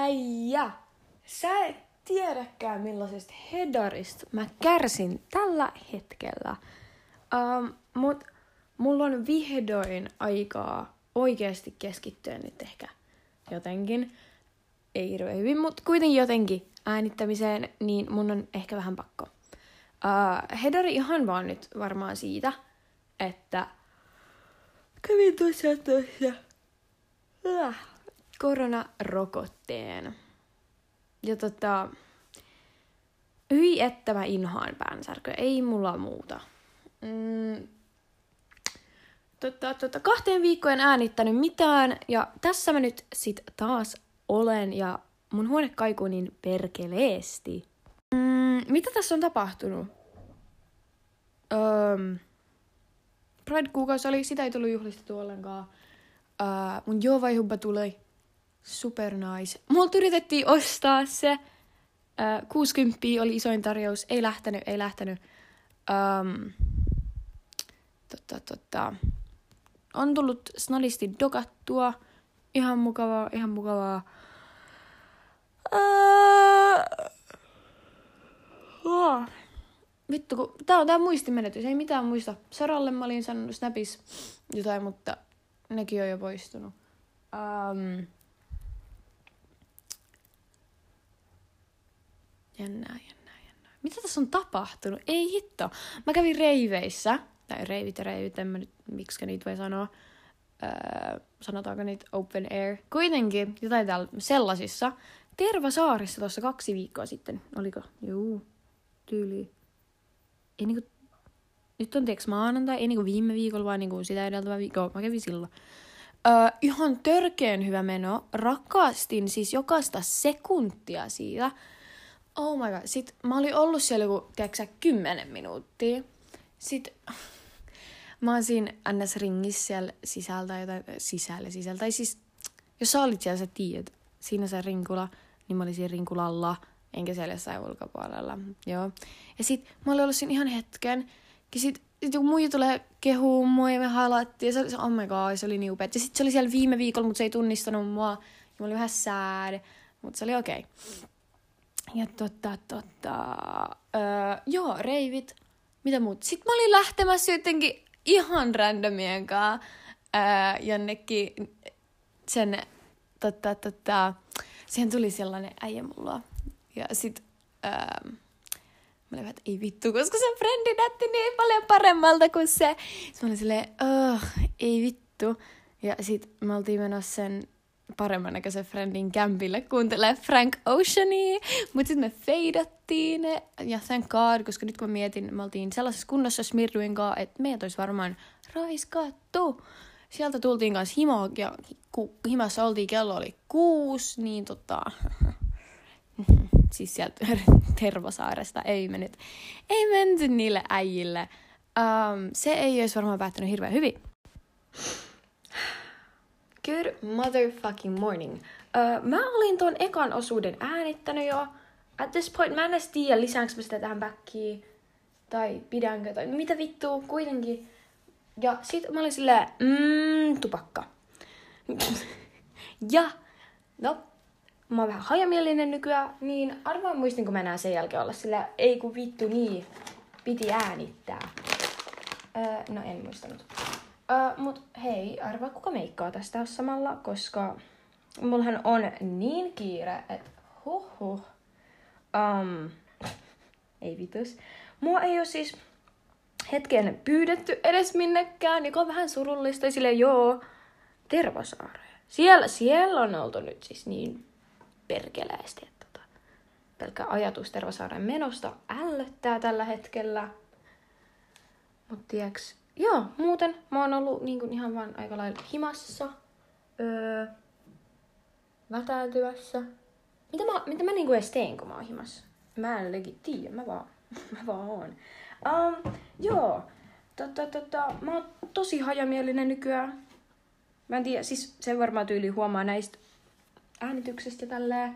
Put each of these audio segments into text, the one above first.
äijä, sä et tiedäkään millaisesta hedarista mä kärsin tällä hetkellä. Mut mulla on vihdoin aikaa oikeasti keskittyä nyt ehkä jotenkin. Ei hirveän hyvin, mutta kuitenkin jotenkin äänittämiseen, niin mun on ehkä vähän pakko. Hedari ihan vaan nyt varmaan siitä, että kävin tuossa koronarokotteen. Ja hyi että mä inhoan päänsärkyä, ei mulla muuta. 2 viikkoon en äänittänyt mitään, ja tässä mä nyt sit taas olen, ja mun huone kaikuu niin perkeleesti. Mitä tässä on tapahtunut? Pride-kuukausi oli, sitä ei tullut juhlistettua ollenkaan. Mun Jovaihubba tuli super nice. Multa yritettiin ostaa se. 60 oli isoin tarjous. Ei lähtenyt. On tullut snadisti dokattua. Ihan mukavaa. Vittu, kun tää on muistimenetys, ei mitään muista. Saralle mä olin sanonut Snapissa jotain, mutta nekin on jo poistunut. Jännää. Mitä tässä on tapahtunut? Ei hitto. Mä kävin reiveissä. Tai reivit, en mä nyt, miksikä niitä voi sanoa. Sanotaanko niitä open air. Kuitenkin jotain täällä sellaisissa. Tervasaarissa tuossa 2 viikkoa sitten. Oliko? Juu, tyyliin. Ei niinku, nyt on maanantai, ei niinku viime viikolla, vaan niinku sitä edeltävä viikolla. Mä kävin silloin. Ihan törkeen hyvä meno. Rakastin siis jokaista sekuntia siitä. Oh my god. Sitten mä olin ollut siellä joku, 10 minuuttia. Sitten mä oon siinä NS-ringissä siellä sisällä. Tai siis, jos sä olit siellä, sä tiedät. Siinä se rinkula, niin mä olin siinä rinkulalla, enkä siellä jossain ulkopuolella. Joo. Ja sit mä olin ollut siinä ihan hetken. Ja sit joku muija tulee kehuun mua ja me halattiin. Ja se oh my god, se oli niin upeat. Ja sit se oli siellä viime viikolla, mutta se ei tunnistanut mua. Ja mä olin vähän sad, mutta se oli okei. Ja joo, reivit. Mitä muut? Sitten mä olin lähtemässä jotenkin ihan randomien kanssa jonnekin sen siihen tuli sellainen äijä mulla. Ja sit mä olin että ei vittu, koska sen frendi näytti niin paljon paremmalta kuin se. Sitten mä olin silleen, ei vittu. Ja sit me oltiin menossa sen paremman näköisen friendin kämpille kuuntelee Frank Oceania. Mut sit me feidattiin ja thank god, koska nyt kun mä mietin, me oltiin sellaisessa kunnossa Smirduin kanssa, että meidät olisi varmaan raiskattu. Sieltä tultiin kanssa himoon ja kun himassa oltiin, kello oli 6, niin siis sieltä Tervasaaresta ei menty niille äijille. Se ei olisi varmaan päättänyt hirveän hyvin. Good motherfucking morning. Mä olin ton ekan osuuden äänittänyt jo. At this point mä en edes tiedä, lisäänkö mä sitä tähän backiin. Tai pidänkö, tai mitä vittua, kuitenkin. Ja sit mä olin silleen, tupakka. Ja, no, mä oon vähän hajamielinen nykyään, niin arvaan muistinko mä enää sen jälkeen olla silleen, ei kun vittu niin, piti äänittää. No en muistanut. Mut hei, arvaa kuka meikkaa tästä samalla, koska mullahan on niin kiire, että ei vitus. Mua ei oo siis hetken pyydetty edes minnekään, joka on vähän surullista. Ja silleen, joo, Tervasaareen. Siellä on oltu nyt siis niin perkeleesti, että pelkkä ajatus Tervasaaren menosta ällöttää tällä hetkellä. Mut tiiäks, joo, muuten mä oon ollut niin kuin ihan vaan aika lailla himassa, vätäytyvässä. Mitä mä niinku edes teen, kun mä oon himassa? Mä en legit tiedä, mä vaan oon. Joo, mä oon tosi hajamielinen nykyään. Mä en tiedä, siis sen varmaan tyyli huomaa näistä äänityksestä ja tälleen.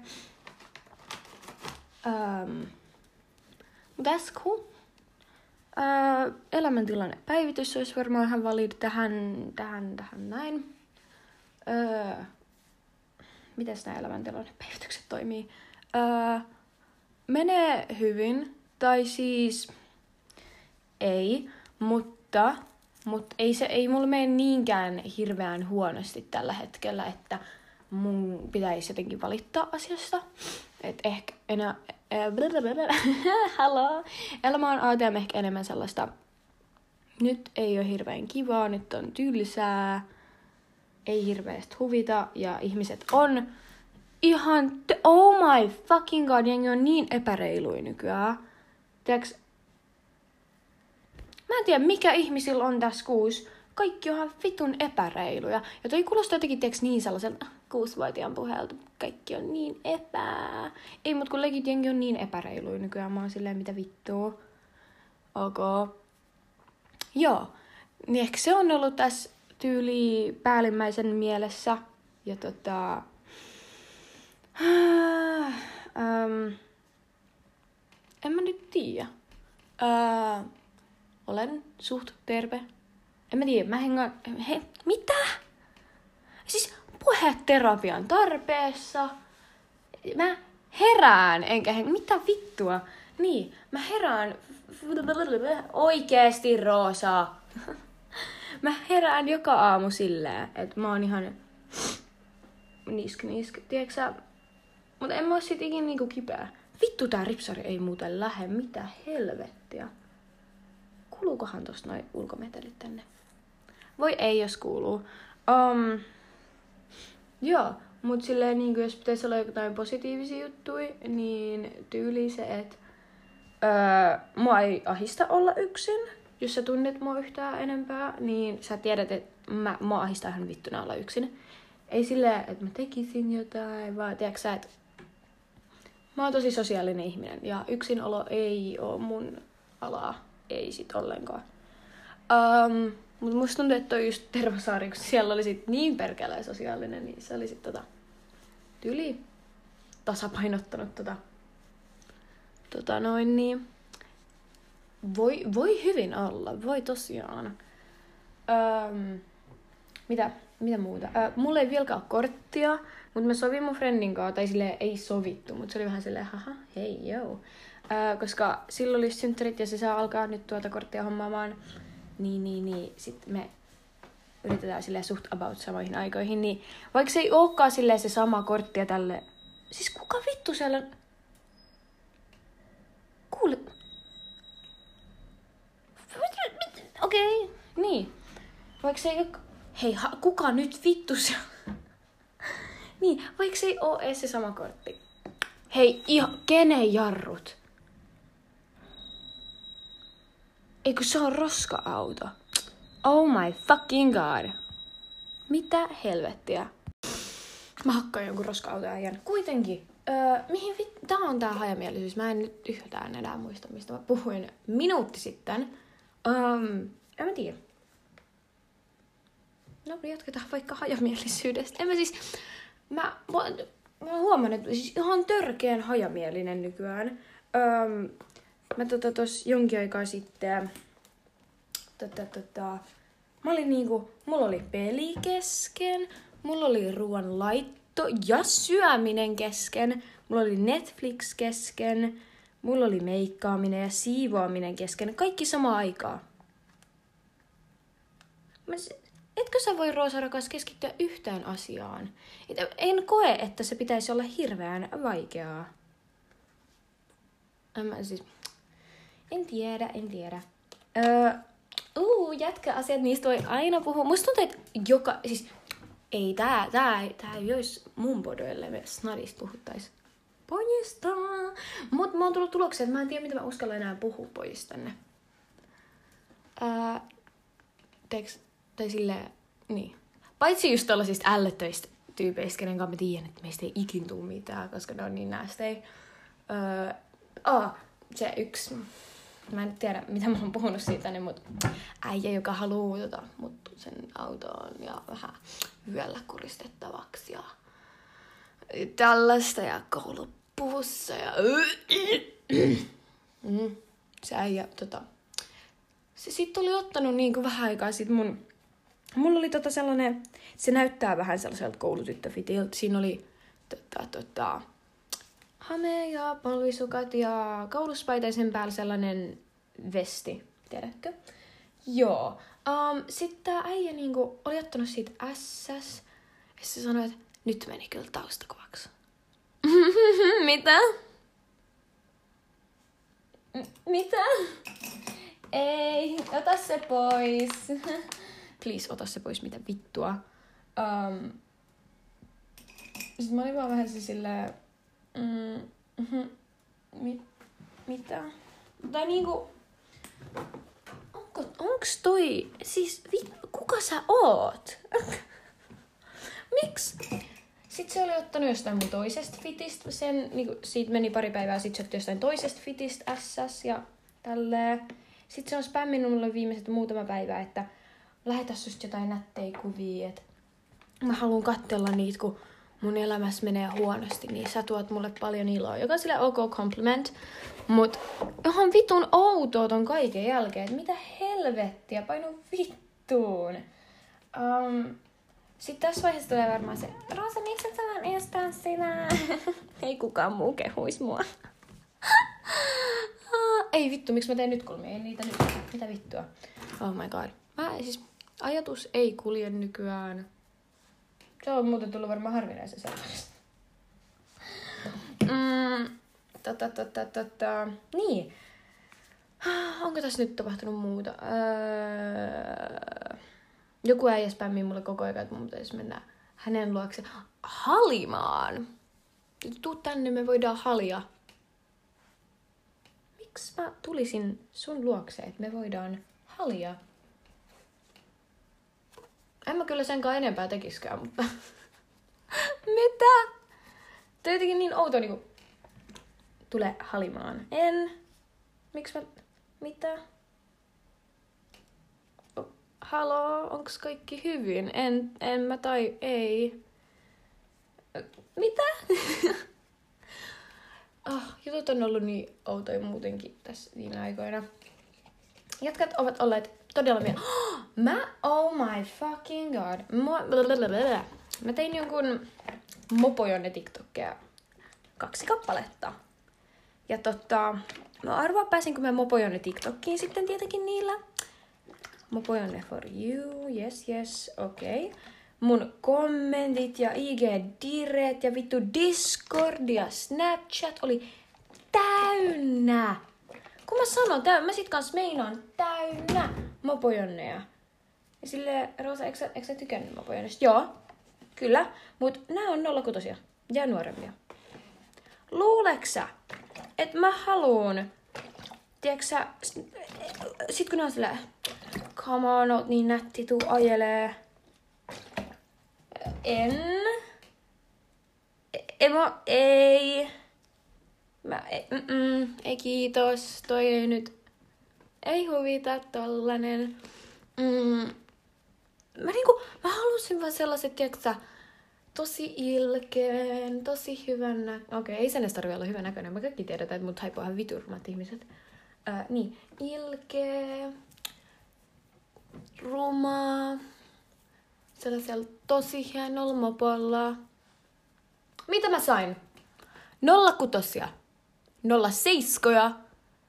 Mutta that's cool. Elämäntilanne päivitys olisi varmaan ihan valid tähän näin. mites nämä elämäntilanne päivitykset toimii? Menee hyvin, tai siis ei, mutta ei mulla mene niinkään hirveän huonosti tällä hetkellä, että mun pitäisi jotenkin valittaa asiasta. Et ehkä enää... Hello! Elämä on ATM ehkä enemmän sellaista... Nyt ei ole hirveän kivaa, nyt on tylsää, ei hirveästi huvita ja ihmiset on ihan... Oh my fucking god, jengi on niin epäreiluja nykyään. Tiedätkö, mä en tiedä, mikä ihmisillä on tässä kuussa. Kaikki onhan vitun epäreiluja. Ja toi kuulostaa jotenkin niin sellaiselta 6-vuotiaan puheelta. Kaikki on niin Ei, mut kun legit jengi on niin epäreiluja nykyään. Mä oon silleen, mitä vittua. Ok. Joo. Niin ehkä se on ollut tässä tyyli päällimmäisen mielessä. Ja en mä nyt tiedä. Olen suht terve. En mä tiedä, mä hengaan... Mitä? Siis puheterapian tarpeessa. Mä herään, enkä mitä vittua? Niin, mä herään... Oikeesti, Roosa. Mä herään joka aamu silleen, että mä oon ihan... Nisk, tiedätkö sä? Mut en mä oo sit ikin niinku kipeä. Vittu, tää ripsari ei muuten lähe. Mitä helvettiä? Kuuluukohan tosta noin ulkometelit tänne? Voi ei, jos kuuluu. Joo, mut silleen niinku jos pitäisi olla jotain positiivisia juttuja, niin tyyli se, että mua ei ahista olla yksin. Jos sä tunnet mua yhtään enempää, niin sä tiedät, että mua ahistaa ihan vittuna olla yksin. Ei silleen, että mä tekisin jotain, vaan tiedätkö sä, että mä oon tosi sosiaalinen ihminen ja yksinolo ei oo mun alaa. Ei sit ollenkaan. Mut musta tuntuu, että toi just Tervasaari, kun siellä oli sit niin perkeleen sosiaalinen, niin se oli sit tyyli tasapainottanut niin. Voi hyvin olla, voi tosiaan. Mitä muuta? Mulla ei vieläkään ole korttia, mutta mä sovin mun friendin kanssa, tai silleen ei sovittu, mutta se oli vähän silleen, haha, hei joo. Koska silloin oli synttärit ja se saa alkaa nyt korttia hommaamaan, niin sit me yritetään silleen suht about samoihin aikoihin, niin vaikka se ei olekaan silleen se sama korttia tälle, siis kuka vittu siellä on? Kuule. Okei, niin. Vaikka se ei ole... Hei, kuka nyt vittu siellä? Niin, vaikka se ei oo edes se sama kortti. Hei, kenen jarrut? Eikö se on roska-auto? Oh my fucking god. Mitä helvettiä? Mä hakkaan jonkun roska-autoajan. Kuitenkin. Tää on tää hajamielisyys. Mä en nyt yhtään enää muista, mistä mä puhuin minuutti sitten. En mä tiedä. No, jatketaan vaikka hajamielisyydestä. Mä huomaan, että siis ihan törkeän hajamielinen nykyään. Mä tossa jonkin aikaa sitten... Mä olin niinku... Mulla oli peli kesken, mulla oli ruoan laitto ja syöminen kesken, mulla oli Netflix kesken, mulla oli meikkaaminen ja siivoaminen kesken. Kaikki samaan aikaan. Etkö sä voi, Roosa rakas, keskittyä yhtään asiaan? En koe, että se pitäisi olla hirveän vaikeaa. En tiedä. Jätkäasiat, niistä voi aina puhua. Musta tuntuu, että ei tää ei ois mun podoille, me snadista puhuttais pojista. Mut mä oon tullut tulokseen, että mä en tiedä, mitä mä uskallan enää puhua pojista tänne. Tai silleen, niin. Paitsi just tollasista ällöttöistä tyypeistä, kenen kanssa mä tiedän, että meistä ei ikin tuu mitään, koska ne on niin näästei. Se yksi, mä en tiedä, mitä mä oon puhunut siitä, mutta äijä, joka haluu mut sen autoon ja vähän yöllä kuristettavaksi ja tällaista ja koulupuvussa ja se äijä, se sit oli ottanut niinku vähän aikaa sit mulla oli sellainen, se näyttää vähän sellaiselta koulutyttöfitiltä. Siinä oli hame ja polvisukat ja kauluspaitaisen päällä sellainen vesti, tiedätkö? Joo. Sitten tää äijä niinku oli ottanut siitä ässäs ja se sanoi, että nyt meni kyllä taustakuvaksi. Mitä? Mitä? Ei, ota se pois. Please, ota se pois, mitä vittua. Sitten mä olin vaan vähän se silleen... mitä? Tai niinku... Onks toi... Siis, kuka sä oot? Miks? Sitten se oli ottanut jostain mun toisesta fitistä. Niinku, siitä meni pari päivää, sit se otti jostain toisesta fitistä SS ja tälleen. Sitten se on spämminnyt mulle viimeiset muutama päivää, että lähetä susta jotain nättejä kuvia, että mä haluan katsella niitä, kun mun elämässä menee huonosti, niin sä tuot mulle paljon iloa. Joka on silleen ok compliment, mut ihan vitun outoa ton kaiken jälkeen, että mitä helvettiä, painu vittuun. Sitten tässä vaiheessa tulee varmaan se, Roosa, miksi et sä vaan ees tanssilla? Ei kukaan muu kehuis mua. Ei vittu, miksi mä teen nyt kulmia? Ei niitä nyt. Mitä vittua? Oh my god. Ajatus ei kulje nykyään. Se on muuten tullut varmaan harvinaisen selväksi. Niin. Onko tässä nyt tapahtunut muuta? Joku äijä spämmii mulle koko ajan, että mun pitäisi mennä hänen luokse halimaan. Tuu tänne, me voidaan halia. Miksi mä tulisin sun luokse, että me voidaan halia? En mä kyllä senkaan enempää tekiskään, mutta... Mitä? Tämä on jotenkin niin outo, niinku... Tule halimaan. En. Miksi mä... Mitä? Haloo, onks kaikki hyvin? En mä tai ei. Mitä? Jutut on ollut niin outoja muutenkin tässä viime aikoina. Jatkat ovat olleet todella oh my fucking god. Mä tein jonkun mopojonne TikTokia 2 kappaletta. Ja mä arvaan pääsinkö mä mopojonne TikTokiin sitten tietenkin niillä. Mopojonne for you, yes, okei. Okay. Mun kommentit ja IG-diret ja vittu Discord ja Snapchat oli täynnä. Kun mä sanon, mä sit kans meinaan täynnä mopojonneja. Ja silleen, Roosa, eikö sä tykännyt mopojonnesta? Joo, kyllä. Mut nää on 06 ja nuorempia. Luuleksä, että mä haluun, tiiäksä, sit kun ne on silleen, come on, oot niin nätti, tuu ajelee. Ei. Ei kiitos, toi ei nyt, ei huvita tollanen. Mä halusin vaan sellaiset, tiiäksä, tosi ilkeen, tosi hyvän Okei, ei sen edes tarvitse olla hyvän näköinen. Me kaikki tiedetään, että mut haipoo ihan viturmat ihmiset. Niin, ilkee, ruma, sellaisella tosi hienolla mopolla. Mitä mä sain? 06, 07.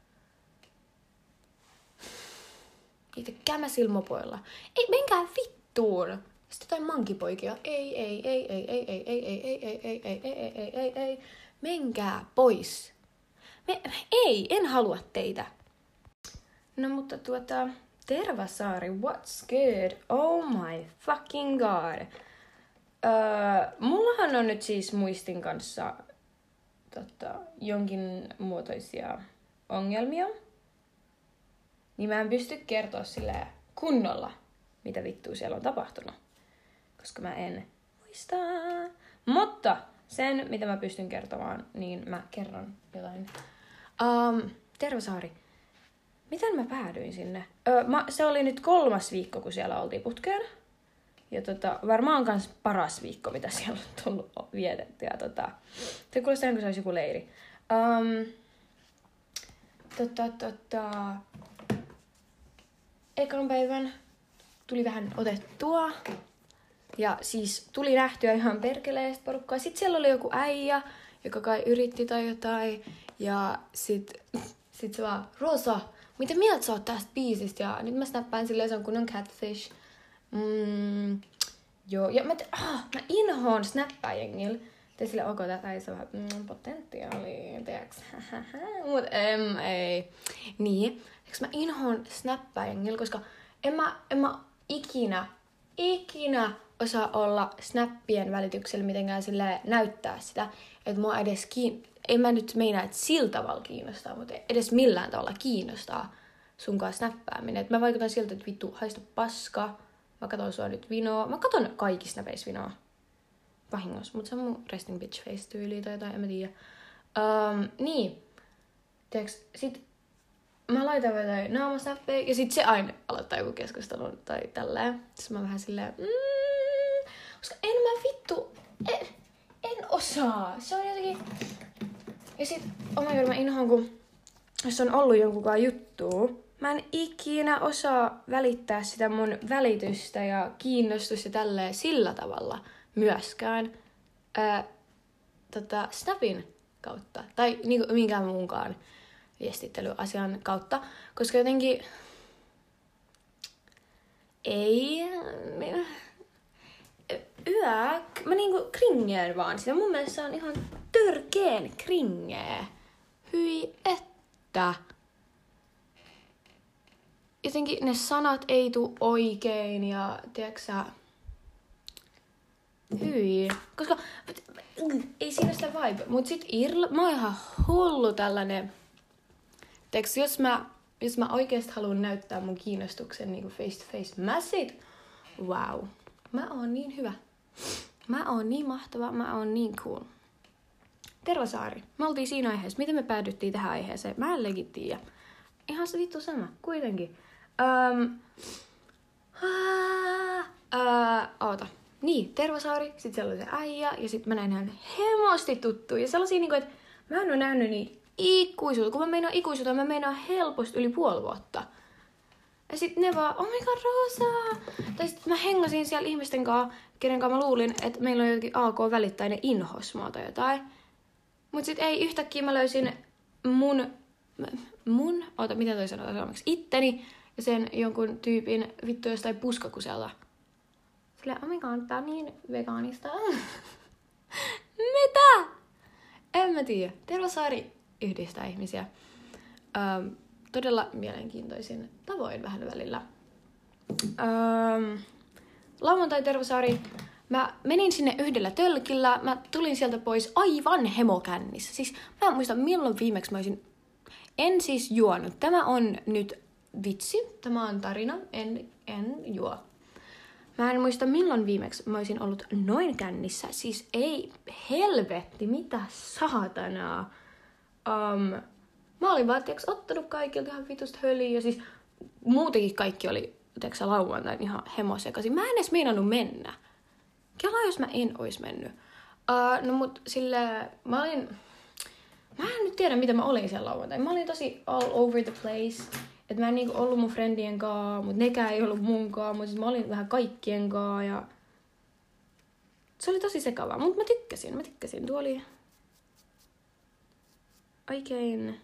Niitä kämäsillä mopoilla. Ei, menkää vittuun. Sitten jotain mankipoikia. Ei. Menkää pois. En halua teitä. No mutta Tervasaari, what's good? Oh my fucking god. Mullahan on nyt siis muistin kanssa jonkin muotoisia ongelmia. Niin mä en pysty kertoa silleen kunnolla, mitä vittua siellä on tapahtunut. Koska mä en muista. Mutta sen, mitä mä pystyn kertomaan, niin mä kerron jotain. Tervasaari. Miten mä päädyin sinne? Se oli nyt 3. viikko, kun siellä oltiin putkeen. Ja varmaan kans paras viikko, mitä siellä on tullut vietettyä. Se kuulostaa, kun se olisi joku leiri. Ekan päivän tuli vähän otettua. Ja siis tuli nähtyä ihan perkeleistä porukkaa. Sitten siellä oli joku äijä, joka kai yritti tai jotain. Ja sit se vaan, Rosa, mitä mieltä sä oot tästä biisistä? Ja nyt mä snappaan silleen, se on kunnon catfish. Joo, ja mä inhoon snappaajengillä. Te sille ok, tätä ei se vähän potentiaali, tiiäks? Mut ei. Niin, mä inhoon snappaajengillä, koska en mä ikinä osaa olla snappien välityksellä mitenkään silleen näyttää sitä, että mua edes en mä nyt meinaa, että sillä tavalla kiinnostaa, mutta edes millään tavalla kiinnostaa sunkaan snappaaminen. Et mä vaikutan siltä, että vittu, haistu paska. Mä katon sua nyt vinoa. Mä katon kaikissa snapeissa vinoa. Vahingossa, mutta se on mun resting bitch face tyyli tai jotain, en mä tiedä. Niin. Tiedätkö, sit mä laitan jotain naamasnappeja ja sit se aina aloittaa joku keskustelun tai tälleen. Sitten mä vähän silleen, koska en mä vittu, en osaa. Se on jotenkin. Ja sit, oh my god, mä inhoan, kun jos on ollut jonkunkaan juttua, mä en ikinä osaa välittää sitä mun välitystä ja kiinnostusta tälleen sillä tavalla myöskään Snapin kautta. Tai niinku minkään muunkaan viestittelyasian kautta. Koska jotenkin mä niinku kringeän vaan sitä. Mun mielestä se on ihan törkeen kringeä. Hyi että. Jotenkin ne sanat ei tuu oikein ja tiedätkö sä, hyi. Koska ei siinä sitä vibe. Mut sit mä oon ihan hullu tällainen. Tiedätkö, jos mä oikeesti haluan näyttää mun kiinnostuksen niinku face to face, wow. Mä oon niin hyvä. Mä oon niin mahtava, mä oon niin cool. Tervasaari. Me oltiin siinä aiheessa. Miten me päädyttiin tähän aiheeseen? Mä en legit tiedä. Ihan se vittu sama. Kuitenkin. Oota. Niin, Tervasaari. Sitten siellä oli se äijä. Ja sitten mä näin hän hemosti tuttuja. Ja sellaisia niinku, että mä en oo nähnyt niin ikuisuutta. Kun mä meinaan ikuisuutta, mä meinaan helposti yli puoli vuotta. Ja sit ne vaan, oh my god, Rosa! Tai sit mä hengasin siellä ihmisten kanssa, kenen kanssa mä luulin, että meillä on jotenkin AK-välittäinen inhosmaa tai jotain. Mut sit ei, yhtäkkiä mä löysin miten toi sanotaan suomeksi, itteni ja sen jonkun tyypin vittu jostain puskakusella. Silleen, oh my god, tää on niin vegaanista. Mitä? En mä tiedä. Tervasaari yhdistää ihmisiä. Todella mielenkiintoisin tavoin vähän välillä. Lauantai Tervasaari. Mä menin sinne yhdellä tölkillä. Mä tulin sieltä pois aivan hemokännissä. Siis mä en muista milloin viimeksi mä olisin. En siis juonut. Tämä on nyt vitsi. Tämä on tarina. En juo. Mä en muista milloin viimeksi mä olisin ollut noin kännissä. Siis ei helvetti. Mitä saatanaa. Mä olin vaan, ottanut kaikilta ihan vitusta höliä. Ja siis muutenkin kaikki oli, lauantain ihan hemosekaisin. Mä en edes meinannut mennä. Kela, jos mä en ois mennyt. No mut silleen, mä en nyt tiedä, mitä mä olin siellä lauantain. Mä olin tosi all over the place. Et mä en niinku ollut mun friendien kaa, mut nekään ei ollut munkaan. Mut siis mä olin vähän kaikkien kaa ja se oli tosi sekavaa. Mut mä tykkäsin. Tuo oli oikein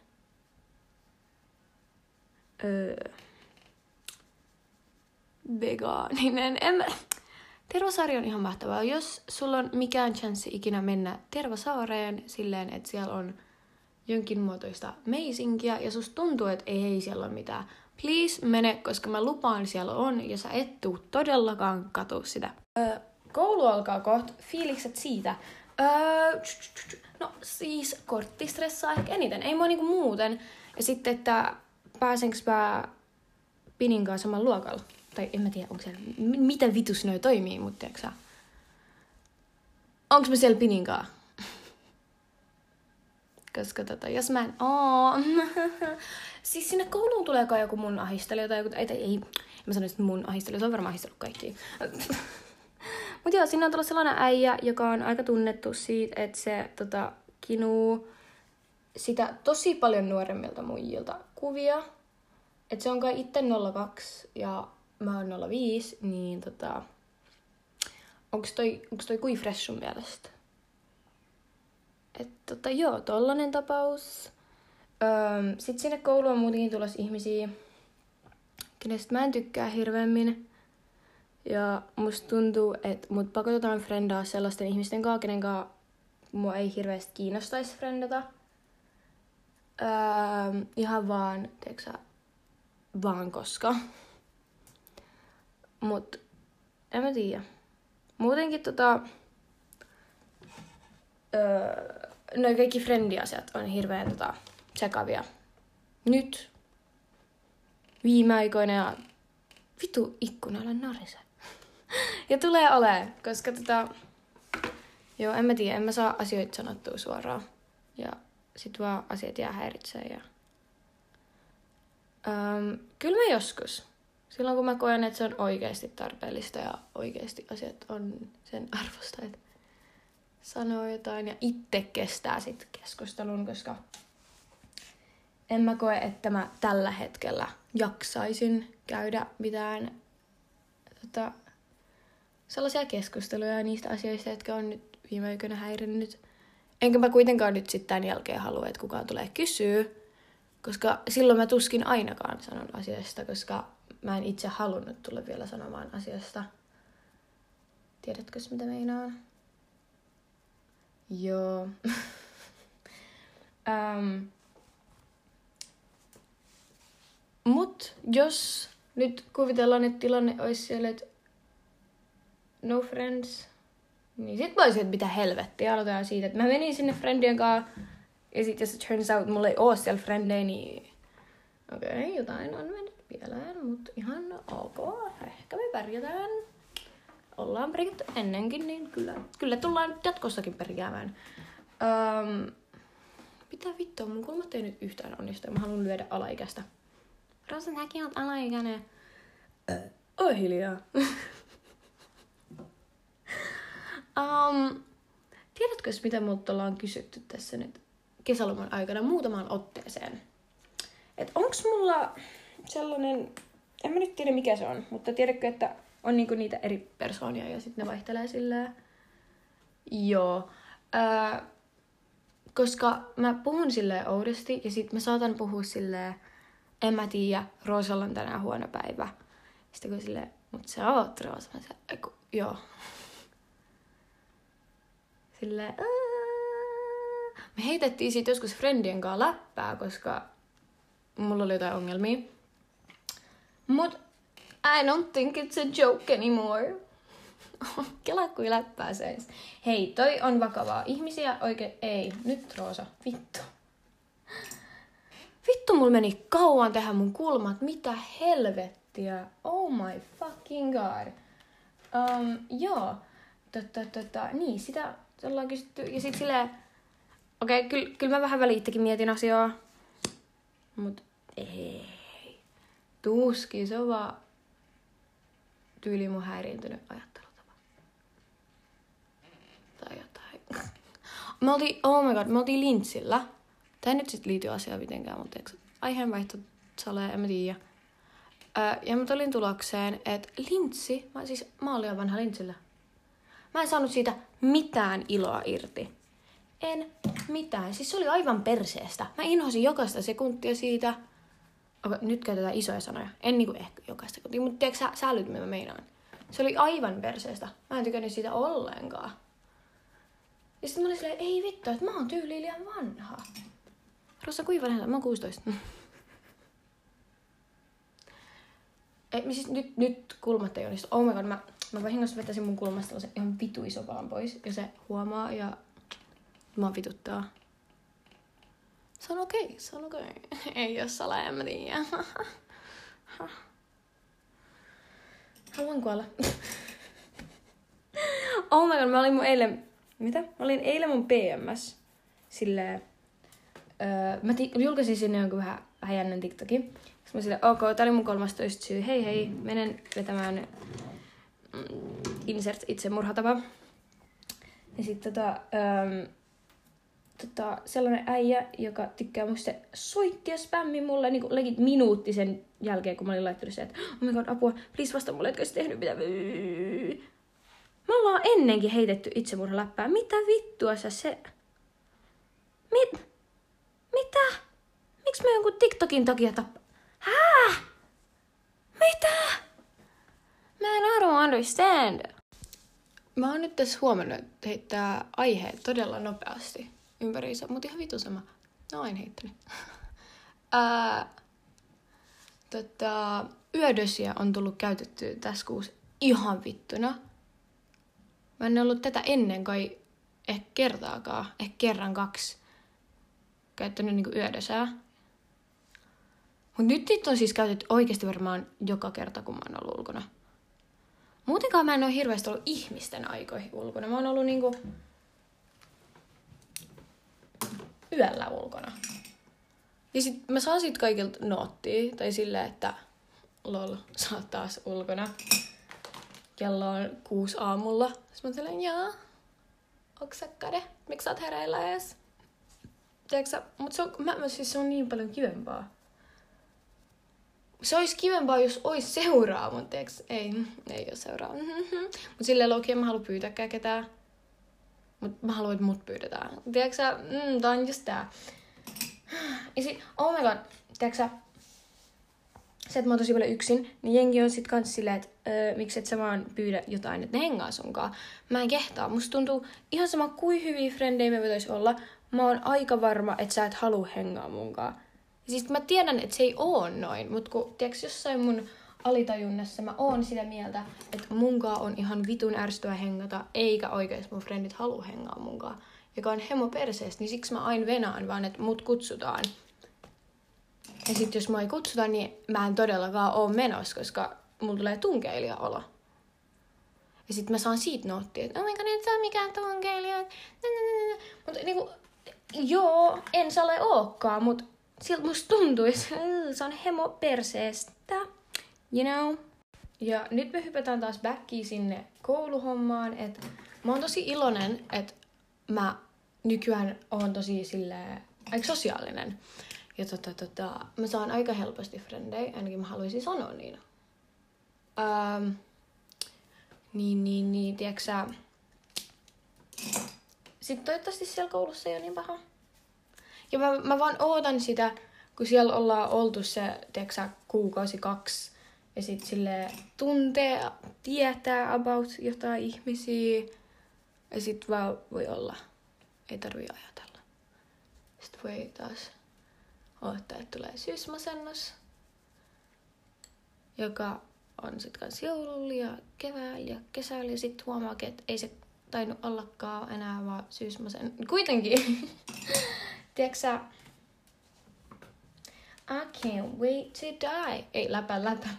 vegaaninen. Tervasaari on ihan mahtavaa. Jos sulla on mikään chanssi ikinä mennä Tervasaareen silleen, että siellä on jonkin muotoista meisinkiä ja susta tuntuu, että ei siellä ole mitään. Please mene, koska mä lupaan siellä on ja sä et tuu todellakaan katua sitä. Koulu alkaa kohta. Fiilikset siitä. No siis kortti stressaa ehkä eniten. Ei mua niinku muuten. Ja sitten, että pääsenkö mä Pinin kanssa saman luokalla. Tai en mä tiedä, onko siellä, mitä vitus noi toimii, mutta tiiäksä. Onks mä siellä Pinin kanssa? Koska jos mä en siis sinne kouluun tuleekaan joku mun ahistelija tai joku, ei. Mä sanoin, että mun ahistelija, se on varmaan ahistellut kaikkia. Mut joo, sinne on tullut sellainen äijä, joka on aika tunnettu siitä, että se kinuu sitä tosi paljon nuoremmilta muijilta kuvia. Että se on kai itse 02 ja mä oon 05, niin onks toi kui fresh sun mielestä? Joo, tollanen tapaus. Sitten sinne kouluun on muutenkin tulossa ihmisiä, kenestä mä en tykkää hirveämmin. Ja musta tuntuu, että mut pakotetaan frendaa sellaisten ihmisten kanssa, kenen kanssa mua ei hirveästi kiinnostaisi frendata. Ihan vaan, tiiäksä, vaan koska. Mut en mä tiedä. Muutenkin noi kaikki friendiasiat on hirveän sekavia. Nyt viime aikoina ja vitu ikkunalla narise. Ja tulee olee, koska joo, en mä tiedä, en mä saa asioita sanottua suoraan. Ja sit vaan asiat jää häiritseen. Ja kyllä mä joskus. Silloin kun mä koen, että se on oikeasti tarpeellista ja oikeasti asiat on sen arvosta, että sanoo jotain ja itse kestää sit keskustelun, koska en mä koe, että mä tällä hetkellä jaksaisin käydä mitään sellaisia keskusteluja niistä asioista, jotka on nyt viime aikoina häirinnyt. Enkä mä kuitenkaan nyt sitten tämän jälkeen halua, että kukaan tulee kysyä, koska silloin mä tuskin ainakaan sanon asiasta, koska mä en itse halunnut tulla vielä sanomaan asiasta. Tiedätkö mitä meinaan? Joo. Mut jos nyt kuvitellaan, että tilanne olisi siellä, että no friends, niin sit mä olisin, että mitä helvettiä, aloitetaan siitä, että mä menin sinne friendien kanssa, ja sit jos it turns out, mulla ei oo siellä friendejä, niin okei, jotain on mennyt pieleen, mut ihan ok, ehkä me pärjätään. Ollaan pärjätty ennenkin, niin kyllä tullaan jatkossakin pärjäämään. Mitä vittua, mun kulmat ei nyt yhtään onnistu, mä haluan lyödä alaikäistä. Rosa, säkin oot alaikäinen. Oi hiljaa. Tiedätkö, mitä multa ollaan kysytty tässä nyt kesäloman aikana muutamaan otteeseen? Et onks mulla sellainen, en mä nyt tiedä mikä se on, mutta tiedätkö, että on niinku niitä eri persoonia ja sitten ne vaihtelee silleen. Joo. Koska mä puhun silleen oudosti ja sit mä saatan puhua silleen, en mä tiedä, Roosalla on tänään huono päivä. Sitten kun silleen, mut sä oot Roosa. Mä silleen, joo. Silleen, me heitettiin siitä joskus friendien kanssa läppää, koska mulla oli jotain ongelmia. Mut I don't think it's a joke anymore. Kela kui läppää seis. Hei, toi on vakavaa. Ihmisiä oikein, ei. Nyt Roosa, vittu. Vittu, mulla meni kauan tehdä mun kulmat. Mitä helvettiä? Oh my fucking god. Joo. Niin, sitä ollaan kysytty. Ja sit silleen, okei, kyllä mä vähän välittäkin mietin asiaa. Mut ei. Tuskin, se on vaan tyyli mun häiriintynyt ajattelutapa. Tai jotain. Me oltiin Lintsillä. Tää ei nyt sit liity asiaan mitenkään, mutta aiheenvaihto salee, en mä tiedä. Ja mä tulin tulokseen, että Lintsi, mä olin jo vanha Lintsillä. Mä en saanut siitä mitään iloa irti. En mitään. Siis se oli aivan perseestä. Mä inhosin jokaista sekuntia siitä. Okay, nyt käytetään isoja sanoja. En niinku ehkä jokaista sekuntia, mutta tiedätkö sä älyt, mitä mä meinaan? Se oli aivan perseestä. Mä en tykännyt siitä ollenkaan. Ja sitten mä olin silleen, ei vittu, että mä oon tyyliin liian vanha. Rossa, kuinka vanha? Mä oon 16. Ei, siis nyt kulmat ei onnistu. Oh my god, mä vahingossa vetäisin mun kulmasta sellaisen ihan vitu iso palan pois. Ja se huomaa ja mua vituttaa. Se on okei. Ei oo salaa, en mä tiedä. Haluan kuolla. Oh my god, mä olin eilen... Mitä? Mä olin eilen mun PMS. Silleen... mä julkaisin sinne jonkun vähän jännän TikTokin. Sitten mä silleen, ok, tää oli mun 13 syy. Hei, menen vetämään insert itsemurhatapa. Ja sit sellainen äijä, joka tykkää musta, soitti ja spämmi mulle niin legit minuutti sen jälkeen, kun mä olin laittanut se, että oh my god, apua, please vasta mulle, etkö sä tehnyt mitään. Mä ollaan ennenkin heitetty itsemurhaläppää. Mitä vittua sä se... Mitä? Miksi mä jonkun TikTokin takia tappaa? Hää? Mitä? Mä en understand. Mä oon nyt tässä huomannut, että heittää aiheet todella nopeasti ympäriinsä, mutta ihan vitu sama. No aina heittänyt. Yödösiä on tullut käytettyä tässä kuussa ihan vittuna. Mä en ollut tätä ennen kai ehkä kertaakaan, ehkä kerran 2 käyttänyt niinku yödösää. Mut nyt niitä on siis käytetty oikeasti varmaan joka kerta, kun mä oon ollut ulkona. Muutenkaan mä en ole hirveästi ollut ihmisten aikoihin ulkona. Mä oon ollut niinku yöllä ulkona. Ja sit mä saan siitä kaikilta noottia. Tai silleen, että lol, sä oot taas ulkona. Kello on 6 aamulla. Sitten mä silleen, jaa, onks sä kade? Miksi sä oot hereillä ees? Tiedätkö mut se on niin paljon kivempaa. Se olisi kivempaa, jos olisi seuraa, mutta ei ole seuraa. Mutta silleen loukien mä haluan pyytääkään ketään. Mutta mä haluan, että mut pyydetään. Tiedätkö sä, tää on just tää. Ja sit, oh my god, tiedätkö sä, se, että mä oon tosi paljon yksin, niin jengi on sit kans silleen, että miksi et sä vaan pyydä jotain, että ne hengaa sunkaan. Mä en kehtaa. Musta tuntuu ihan sama, kuin hyviä frendejä me voitais olla. Mä oon aika varma, että sä et halua hengaa munkaan. Siis mä tiedän, että se ei oo noin, mutta kun tiiäks, jossain mun alitajunnassa mä oon sitä mieltä, että munkaan on ihan vitun ärsyttävä hengata, eikä oikeesti mun frendit halua hengaa munkaan, joka on hemo perseestä, niin siksi mä aina venaan vaan, että mut kutsutaan. Ja sit jos mä ei kutsuta, niin mä en todellakaan oo menossa, koska mulla tulee tunkeilija olo. Ja sit mä saan siitä noottia, että oh my god, et sä oo mikään tunkeilija. Mutta niinku, joo, en sä ole ookkaan, mut siltä musta tuntuu, että se on hemo perseestä, you know? Ja nyt me hypätään taas backiin sinne kouluhommaan, että mä oon tosi iloinen, että mä nykyään oon tosi silleen, aika sosiaalinen. Ja mä saan aika helposti frendejä, ainakin mä haluaisin sanoa niin. Tiedätkö sä? Sitten toivottavasti siellä koulussa ei ole niin paha. Ja mä vaan ootan sitä, kun siellä ollaan oltu se, tiedätkö sä, 1-2 kuukausia. Ja sit silleen tuntee, tietää about jotain ihmisiä. Ja sit vaan voi olla. Ei tarvii ajatella. Sitten voi taas odottaa, että tulee syysmasennus. Joka on sit kans joululla ja keväällä ja kesällä. Ja sit huomaakin, että ei se tainnut ollakaan enää vaan syysmasennus. Kuitenkin. Tiedätkö sä? I can't wait to die. Ei, läpä.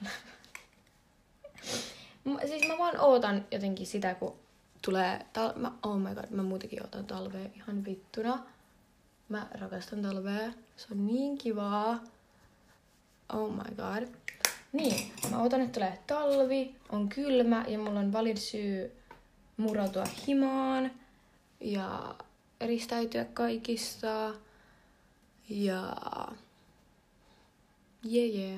Siis mä vaan ootan jotenkin sitä, kun tulee... Oh my god, mä muutenkin ootan talvea ihan vittuna. Mä rakastan talvea. Se on niin kivaa. Oh my god. Niin, mä ootan, että tulee talvi, on kylmä ja mulla on valid syy murautua himaan. Ja eristäytyä kaikista. Ja... Yeah.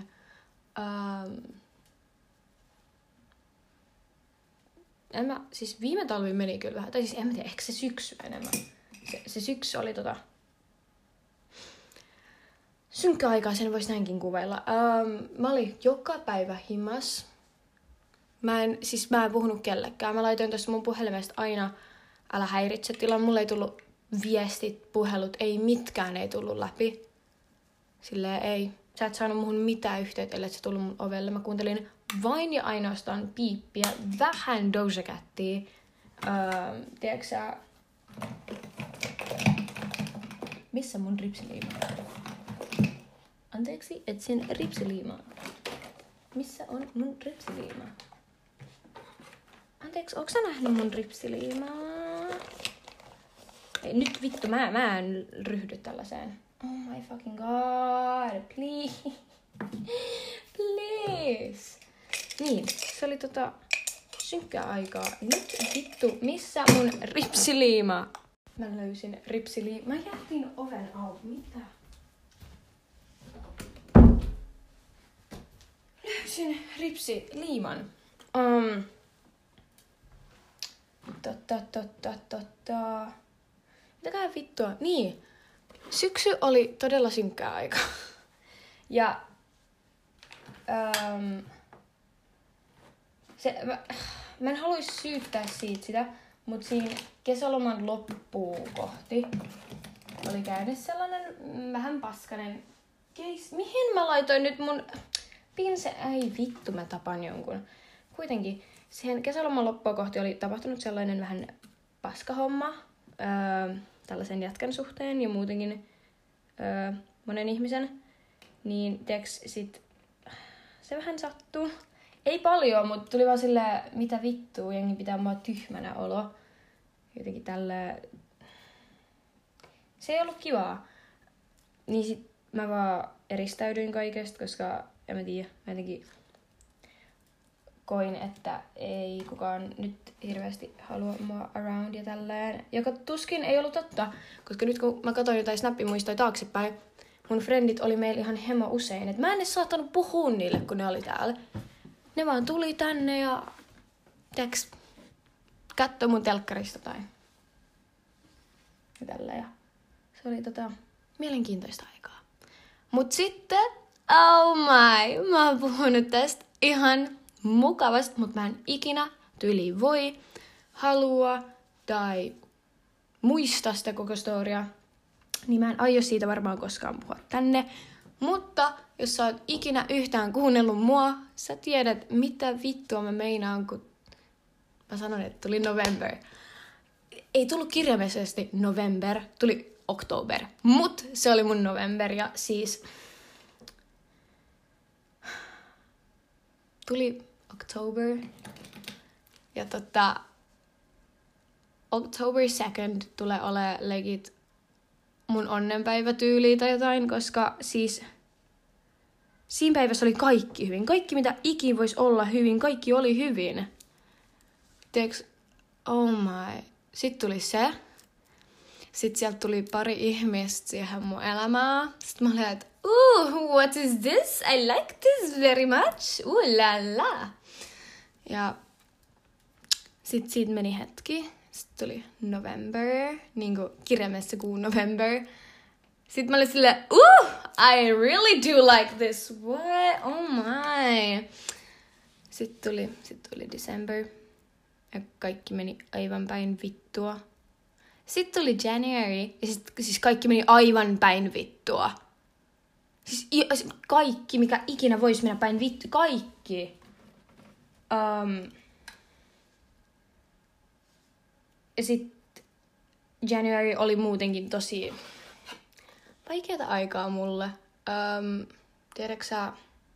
Siis viime talvi meni kyllä vähän, tai siis en mä tiedä, ehkä se syksy enemmän. Se syksy oli synkkä aikaa, sen voisi näinkin kuvailla. Mä olin joka päivä himas. Mä en puhunut kellekään. Mä laitoin tuossa mun puhelimesta aina älä häiritse tilan. Mulla ei tullut viestit, puhelut, ei mitkään ei tullut läpi. Silleen ei. Sä et saanut muhun mitään yhteyttä, ellei se tullut mun ovelle. Mä kuuntelin vain ja ainoastaan piippiä, vähän Doja Catia. Tiedätkö sä... Missä mun ripsiliima? Anteeksi, etsin ripsiliimaa. Missä on mun ripsiliima? Anteeksi, ootko sä nähnyt mun ripsiliimaa? Ei, nyt vittu, mä en ryhdy tällaiseen. Oh my fucking god, please. Please. Niin, se oli synkkää aikaa. Nyt vittu, missä mun ripsiliima? Mä löysin ripsiliima. Mä jätin oven auki, mitä? Löysin ripsiliiman. Mitäkään vittua? Niin. Syksy oli todella synkkää aikaa. Ja mä en haluaisi syyttää siitä sitä, mutta siinä kesäloman loppuun kohti oli käynyt sellainen vähän paskanen case. Mihin mä laitoin nyt mun pinse? Ai vittu, mä tapan jonkun. Kuitenkin siihen kesäloman loppuun kohti oli tapahtunut sellainen vähän paskahomma tällaisen jätkän suhteen ja muutenkin monen ihmisen. Niin tiiäks sit se vähän sattuu. Ei paljon, mutta tuli vaan silleen, mitä vittua, jengi pitää mua tyhmänä olo. Jotenkin tällä se ei ollut kivaa. Niin sit mä vaan eristäydyin kaikesta, koska en mä tiedä, mä jotenkin koin, että ei kukaan nyt hirveästi halua mua around ja tälleen. Joka tuskin ei ollut totta, koska nyt kun mä katsoin jotain snappimuistoja taaksepäin, mun friendit oli meillä ihan hemo usein. Et mä en edes saattanut puhua niille, kun ne oli täällä. Ne vaan tuli tänne ja katsoi mun telkkarista tai tällä. Ja se oli mielenkiintoista aikaa. Mut sitten, oh my, mä oon puhunut tästä ihan mukavasti, mutta mä en ikinä voi halua tai muista sitä koko storia. Niin mä en aio siitä varmaan koskaan puhua tänne. Mutta jos sä oot ikinä yhtään kuunnellut mua, sä tiedät mitä vittua mä meinaan, kun mä sanon, että tuli November. Ei tullut kirjaimellisesti November, tuli October. Mut se oli mun November ja siis tuli October. Ja October 2nd tulee olemaan legit mun onnenpäivätyyliä tai jotain, koska siis siinä päivässä oli kaikki hyvin. Kaikki mitä ikin voisi olla hyvin, kaikki oli hyvin. Tiedätkö, oh my. Sitten tuli se. Sitten sieltä tuli pari ihmistä siihen mun elämään. Sitten mä olin, että what is this? I like this very much. La la. Ja sitten siitä meni hetki. Sitten tuli November, niin kuin kirjaimessa kuun November. Sitten mä olin silleen, I really do like this. What? Oh my. Sitten tuli December. Ja kaikki meni aivan päin vittua. Sitten tuli January. Ja siis kaikki meni aivan päin vittua. Siis kaikki, mikä ikinä voisi mennä päin vittua. Kaikki. Ja sitten January oli muutenkin tosi vaikeata aikaa mulle. Tiedätkö sä,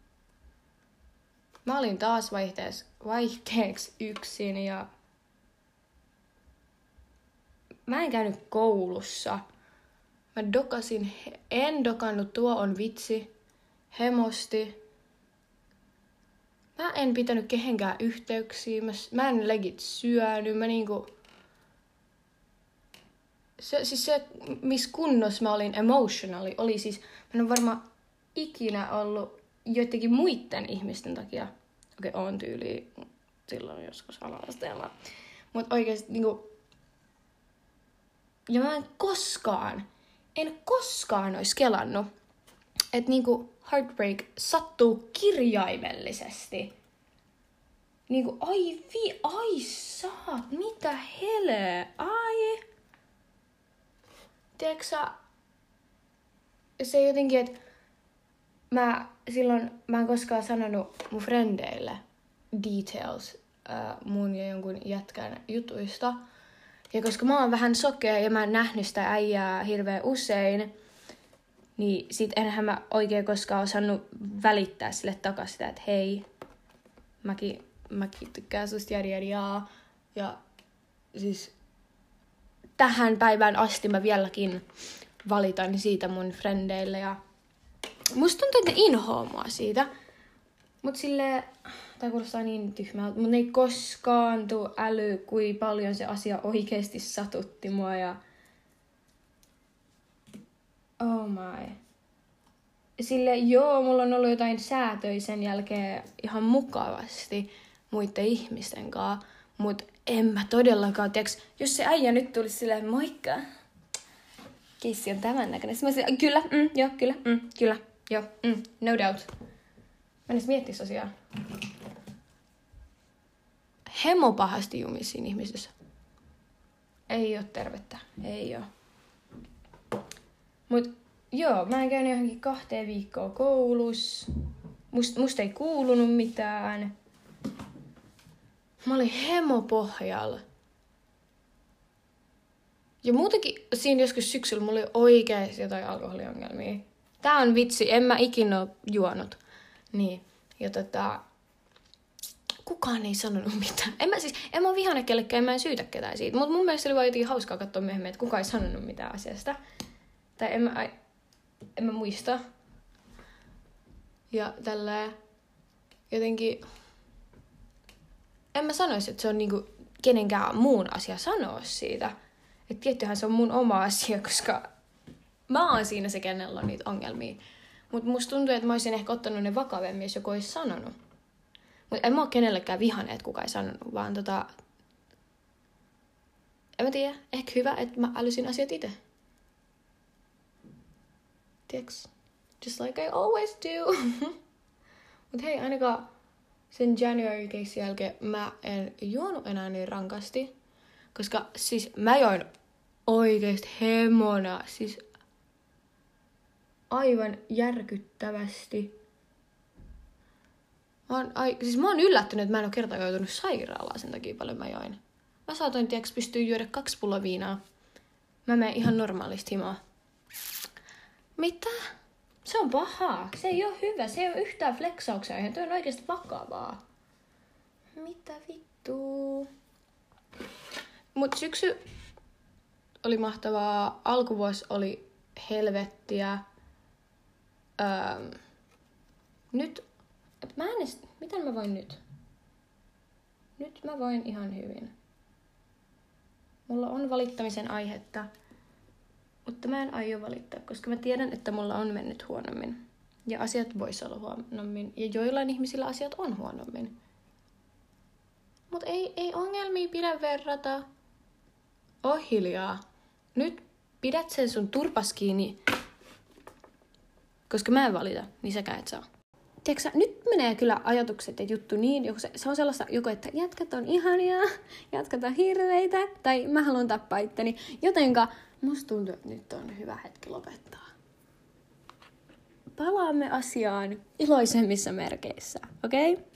mä olin taas vaihteeksi yksin ja mä en käynyt koulussa. Mä en dokannut, tuo on vitsi, hemosti. Mä en pitänyt kehenkään yhteyksiä, mä en legit syönyt, mä niinku se, missä kunnossa mä olin emotionally, oli siis, mä en ole varmaan ikinä ollut joidenkin muiden ihmisten takia. Okei, on tyyli silloin joskus ala-asteella. Mutta oikeesti niinku, ja mä en koskaan ois kelannut, että niinku heartbreak sattuu kirjaimellisesti. Niinku, ai saat, mitä hele, ai. Tiedätkö sä, se jotenkin, että mä en koskaan sanonut mun frendeille details mun ja jonkun jätkän jutuista. Ja koska mä oon vähän sokea ja mä en nähnyt sitä äijää hirveän usein, niin sit enhän mä oikein koskaan osannut välittää sille takas sitä, että hei, mäkin tykkään susta jadiaa. Ja siis tähän päivään asti mä vieläkin valitan siitä mun frendeille ja musta tuntuu, että ne inhoaa mua siitä. Mut silleen, tää kuulostaa niin tyhmältä, mut ne ei koskaan tuu äly, kui paljon se asia oikeesti satutti mua ja oh my. Silleen, joo, mulla on ollut jotain säätöjä sen jälkeen ihan mukavasti muiden ihmisten kanssa, Mut en mä todellakaan, tiiäks, jos se äijä nyt tulisi silleen, moikka, keissi on tämän näköinen. Sitten mä olisin, kyllä, joo, no doubt. Mä edes miettis asiaa. Hemo pahasti jumisiin ihmisissä. Ei oo tervettä, ei oo. Mut joo, mä en käynyt johonkin 2 viikkoa koulussa. Musta ei kuulunut mitään. Mä olin hemopohjalla. Ja muutenkin siinä joskus syksyllä mulla oli oikeesti jotain alkoholiongelmia. Tää on vitsi, en mä ikinä oo juonut. Niin, ja kukaan ei sanonut mitään. En mä vihane kellekään, mä en syytä ketään siitä. Mutta mun mielestä oli vaan jotenkin hauskaa katsoa myöhemmin, että kukaan ei sanonut mitään asiasta. Tai en mä muista. Ja tälleen jotenkin en mä sanoisi, että se on niinku kenenkään muun asia sanoa siitä. Että tiettyhän se on mun oma asia, koska mä oon siinä se, kenellä on niitä ongelmia. Mutta musta tuntuu, että mä olisin ehkä ottanut ne vakavemmin, jos joku olisi sanonut. Mutta en mä oo kenellekään vihane, että kukaan ei sanonut, vaan en mä tiedä, ehkä hyvä, että mä älysin asiat itse. Tiedätkö? Just like I always do. Mut hei, ainakaan sen January-keissin jälkeen mä en juonut enää niin rankasti. Koska siis mä join oikeesti hemona. Siis aivan järkyttävästi. Mä oon yllättynyt, että mä en oo kertaakaan joutunut sairaalaan sen takia paljon mä join. Mä saatoin pystyä juoda 2 pulloa viinaa. Mä menen ihan normaalisti himaa. Mitä? Se on pahaa. Se ei oo hyvä. Se ei oo yhtään flexauksia. Eihän toi on oikeesti vakavaa. Mitä vittua? Mut syksy oli mahtavaa. Alkuvuosi oli helvettiä. Nyt miten mä voin nyt? Nyt mä voin ihan hyvin. Mulla on valittamisen aihetta, mutta mä en aio valittaa, koska mä tiedän, että mulla on mennyt huonommin. Ja asiat vois olla huonommin. Ja joillain ihmisillä asiat on huonommin. Mut ei ongelmia pidä verrata. Oo hiljaa. Nyt pidät sen sun turpas kiinni. Koska mä en valita, niin säkään et saa. Tiedätkö, nyt menee kyllä ajatukset ja juttu niin, se on sellaista, että jätkät on ihania, jätkät on hirveitä, tai mä haluan tappaa itteni. Jotenka musta tuntuu, että nyt on hyvä hetki lopettaa. Palaamme asiaan iloisemmissa merkeissä, okei? Okay?